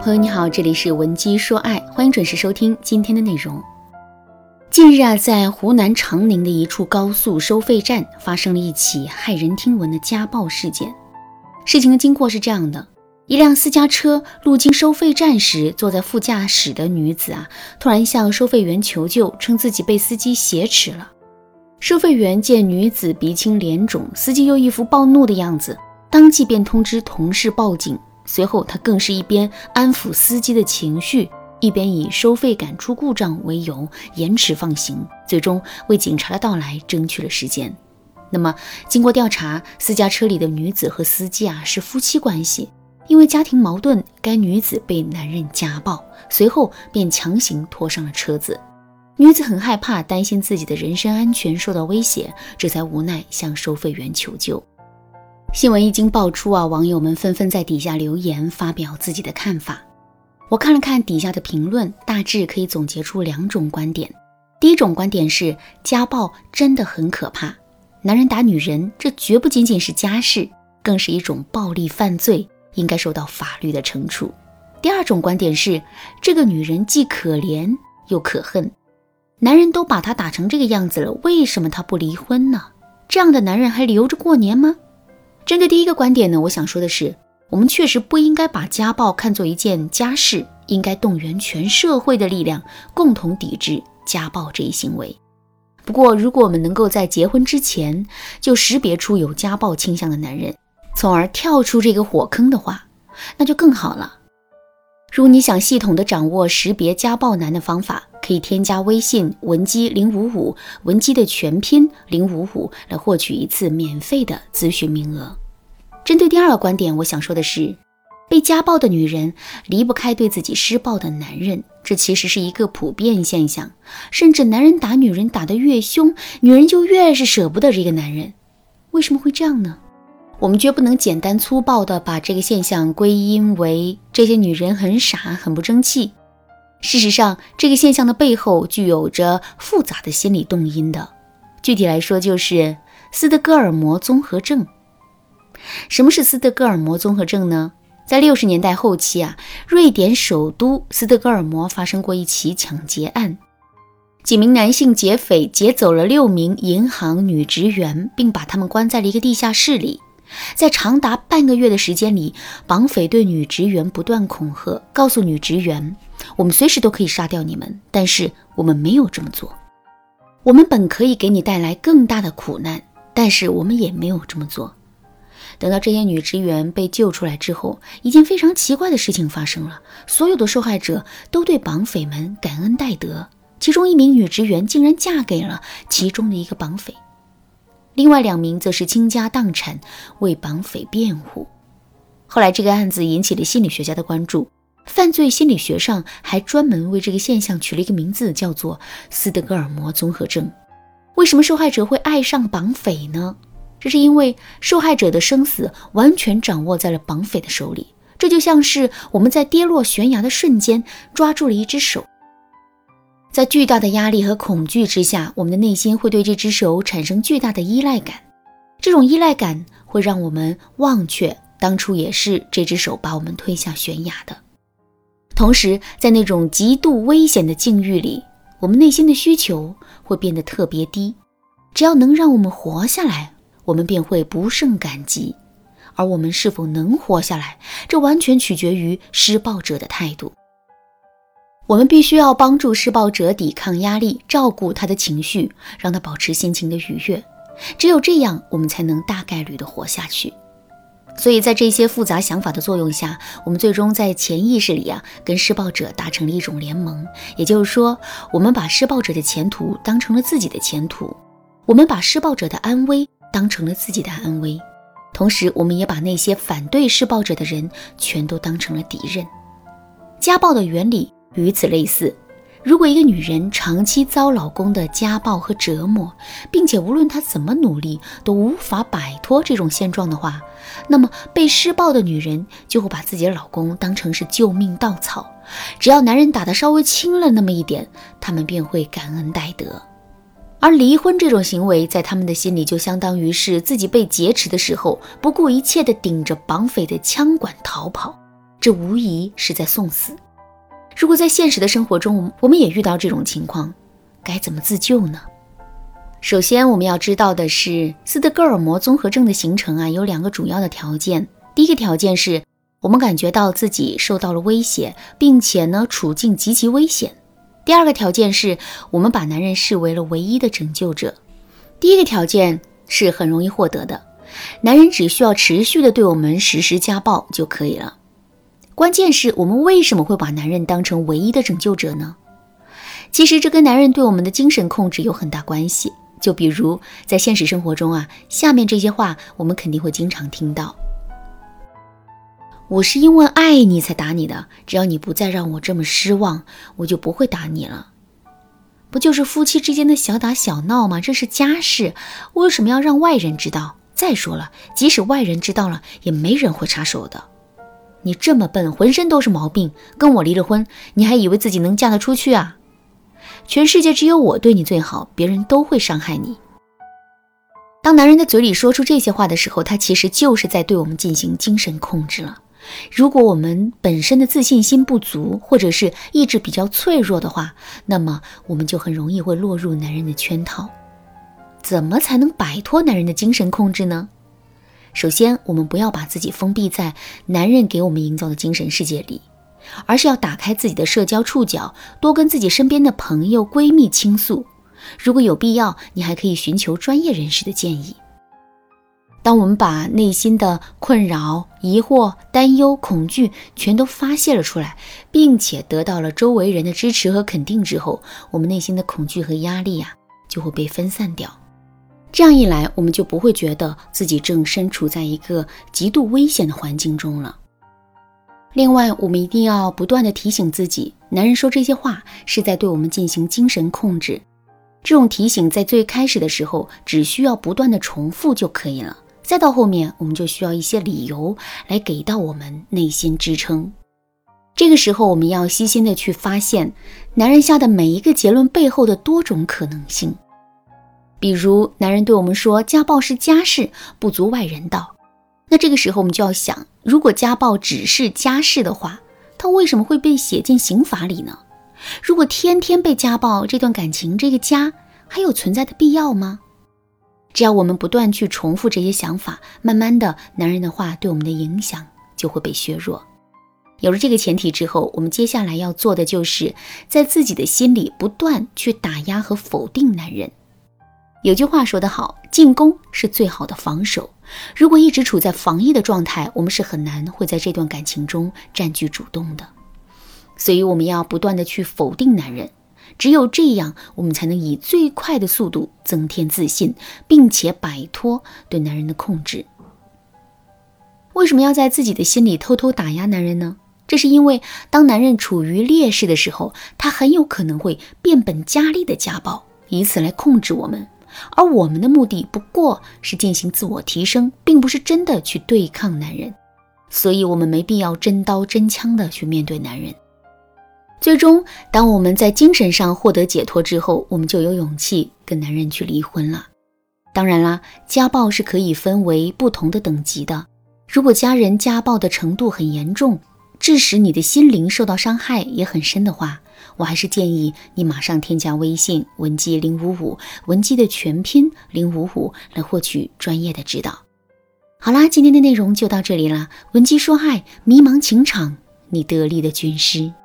朋友你好，这里是文姬说爱，欢迎准时收听今天的内容。近日在湖南长宁的一处高速收费站发生了一起骇人听闻的家暴事件。事情的经过是这样的，一辆私家车路经收费站时，坐在副驾驶的女子突然向收费员求救，称自己被司机挟持了。收费员见女子鼻青脸肿，司机又一副暴怒的样子，当即便通知同事报警。随后他更是一边安抚司机的情绪，一边以收费杆出故障为由延迟放行，最终为警察的到来争取了时间。那么经过调查，私家车里的女子和司机是夫妻关系，因为家庭矛盾，该女子被男人家暴，随后便强行拖上了车子。女子很害怕，担心自己的人身安全受到威胁，这才无奈向收费员求救。新闻一经爆出网友们纷纷在底下留言发表自己的看法。我看了看底下的评论，大致可以总结出两种观点。第一种观点是，家暴真的很可怕，男人打女人，这绝不仅仅是家事，更是一种暴力犯罪，应该受到法律的惩处。第二种观点是，这个女人既可怜又可恨，男人都把她打成这个样子了，为什么她不离婚呢？这样的男人还留着过年吗？针对第一个观点呢，我想说的是，我们确实不应该把家暴看作一件家事，应该动员全社会的力量，共同抵制家暴这一行为。不过，如果我们能够在结婚之前就识别出有家暴倾向的男人，从而跳出这个火坑的话，那就更好了。如果你想系统地掌握识别家暴男的方法，可以添加微信文姬055，文姬的全拼055，来获取一次免费的咨询名额。针对第二个观点，我想说的是，被家暴的女人离不开对自己施暴的男人，这其实是一个普遍现象，甚至男人打女人打得越凶，女人就越是舍不得这个男人。为什么会这样呢？我们绝不能简单粗暴地把这个现象归因为这些女人很傻很不争气。事实上，这个现象的背后具有着复杂的心理动因的。具体来说，就是斯德哥尔摩综合症。什么是斯德哥尔摩综合症呢？在60年代后期瑞典首都斯德哥尔摩发生过一起抢劫案，几名男性劫匪劫走了6名银行女职员，并把他们关在了一个地下室里。在长达半个月的时间里，绑匪对女职员不断恐吓，告诉女职员，我们随时都可以杀掉你们，但是我们没有这么做。我们本可以给你带来更大的苦难，但是我们也没有这么做。等到这些女职员被救出来之后，一件非常奇怪的事情发生了，所有的受害者都对绑匪们感恩戴德，其中一名女职员竟然嫁给了其中的一个绑匪，另外2名则是倾家荡产为绑匪辩护。后来这个案子引起了心理学家的关注，犯罪心理学上还专门为这个现象取了一个名字，叫做斯德哥尔摩综合症。为什么受害者会爱上绑匪呢？这是因为受害者的生死完全掌握在了绑匪的手里，这就像是我们在跌落悬崖的瞬间抓住了一只手。在巨大的压力和恐惧之下，我们的内心会对这只手产生巨大的依赖感，这种依赖感会让我们忘却当初也是这只手把我们推下悬崖的。同时，在那种极度危险的境遇里，我们内心的需求会变得特别低，只要能让我们活下来，我们便会不胜感激。而我们是否能活下来，这完全取决于施暴者的态度。我们必须要帮助施暴者抵抗压力，照顾他的情绪，让他保持心情的愉悦，只有这样，我们才能大概率的活下去。所以在这些复杂想法的作用下，我们最终在潜意识里跟施暴者达成了一种联盟。也就是说，我们把施暴者的前途当成了自己的前途，我们把施暴者的安危当成了自己的安危，同时我们也把那些反对施暴者的人全都当成了敌人。家暴的原理与此类似，如果一个女人长期遭老公的家暴和折磨，并且无论她怎么努力都无法摆脱这种现状的话，那么被施暴的女人就会把自己的老公当成是救命稻草，只要男人打得稍微轻了那么一点，他们便会感恩戴德。而离婚这种行为在他们的心里就相当于是自己被劫持的时候不顾一切地顶着绑匪的枪管逃跑， 这无疑是在送死。如果在现实的生活中我们也遇到这种情况，该怎么自救呢？首先我们要知道的是，斯德哥尔摩综合症的形成有2个主要的条件。第一个条件是我们感觉到自己受到了威胁，并且处境极其危险。第二个条件是我们把男人视为了唯一的拯救者。第一个条件是很容易获得的，男人只需要持续的对我们实施家暴就可以了。关键是我们为什么会把男人当成唯一的拯救者呢？其实这跟男人对我们的精神控制有很大关系。就比如在现实生活中下面这些话我们肯定会经常听到：我是因为爱你才打你的，只要你不再让我这么失望，我就不会打你了。不就是夫妻之间的小打小闹吗？这是家事，为什么要让外人知道？再说了，即使外人知道了，也没人会插手的。你这么笨，浑身都是毛病，跟我离了婚，你还以为自己能嫁得出去啊？全世界只有我对你最好，别人都会伤害你。当男人的嘴里说出这些话的时候，他其实就是在对我们进行精神控制了。如果我们本身的自信心不足，或者是意志比较脆弱的话，那么我们就很容易会落入男人的圈套。怎么才能摆脱男人的精神控制呢？首先，我们不要把自己封闭在男人给我们营造的精神世界里，而是要打开自己的社交触角，多跟自己身边的朋友、闺蜜倾诉。如果有必要，你还可以寻求专业人士的建议。当我们把内心的困扰、疑惑、担忧、恐惧全都发泄了出来，并且得到了周围人的支持和肯定之后，我们内心的恐惧和压力就会被分散掉。这样一来，我们就不会觉得自己正身处在一个极度危险的环境中了。另外，我们一定要不断地提醒自己，男人说这些话是在对我们进行精神控制。这种提醒在最开始的时候只需要不断地重复就可以了，再到后面我们就需要一些理由来给到我们内心支撑。这个时候我们要细心地去发现男人下的每一个结论背后的多种可能性。比如男人对我们说家暴是家事，不足外人道，那这个时候我们就要想，如果家暴只是家事的话，它为什么会被写进刑法里呢？如果天天被家暴，这段感情这个家还有存在的必要吗？只要我们不断去重复这些想法，慢慢的男人的话对我们的影响就会被削弱。有了这个前提之后，我们接下来要做的就是在自己的心里不断去打压和否定男人。有句话说得好，进攻是最好的防守。如果一直处在防御的状态，我们是很难会在这段感情中占据主动的。所以我们要不断的去否定男人，只有这样，我们才能以最快的速度增添自信，并且摆脱对男人的控制。为什么要在自己的心里偷偷打压男人呢？这是因为当男人处于劣势的时候，他很有可能会变本加厉的家暴，以此来控制我们。而我们的目的不过是进行自我提升，并不是真的去对抗男人，所以我们没必要真刀真枪的去面对男人。最终，当我们在精神上获得解脱之后，我们就有勇气跟男人去离婚了。当然啦，家暴是可以分为不同的等级的。如果家人家暴的程度很严重，致使你的心灵受到伤害也很深的话，我还是建议你马上添加微信文姬055，文姬的全拼055，来获取专业的指导。好啦，今天的内容就到这里了。文姬说爱，迷茫情场，你得力的军师。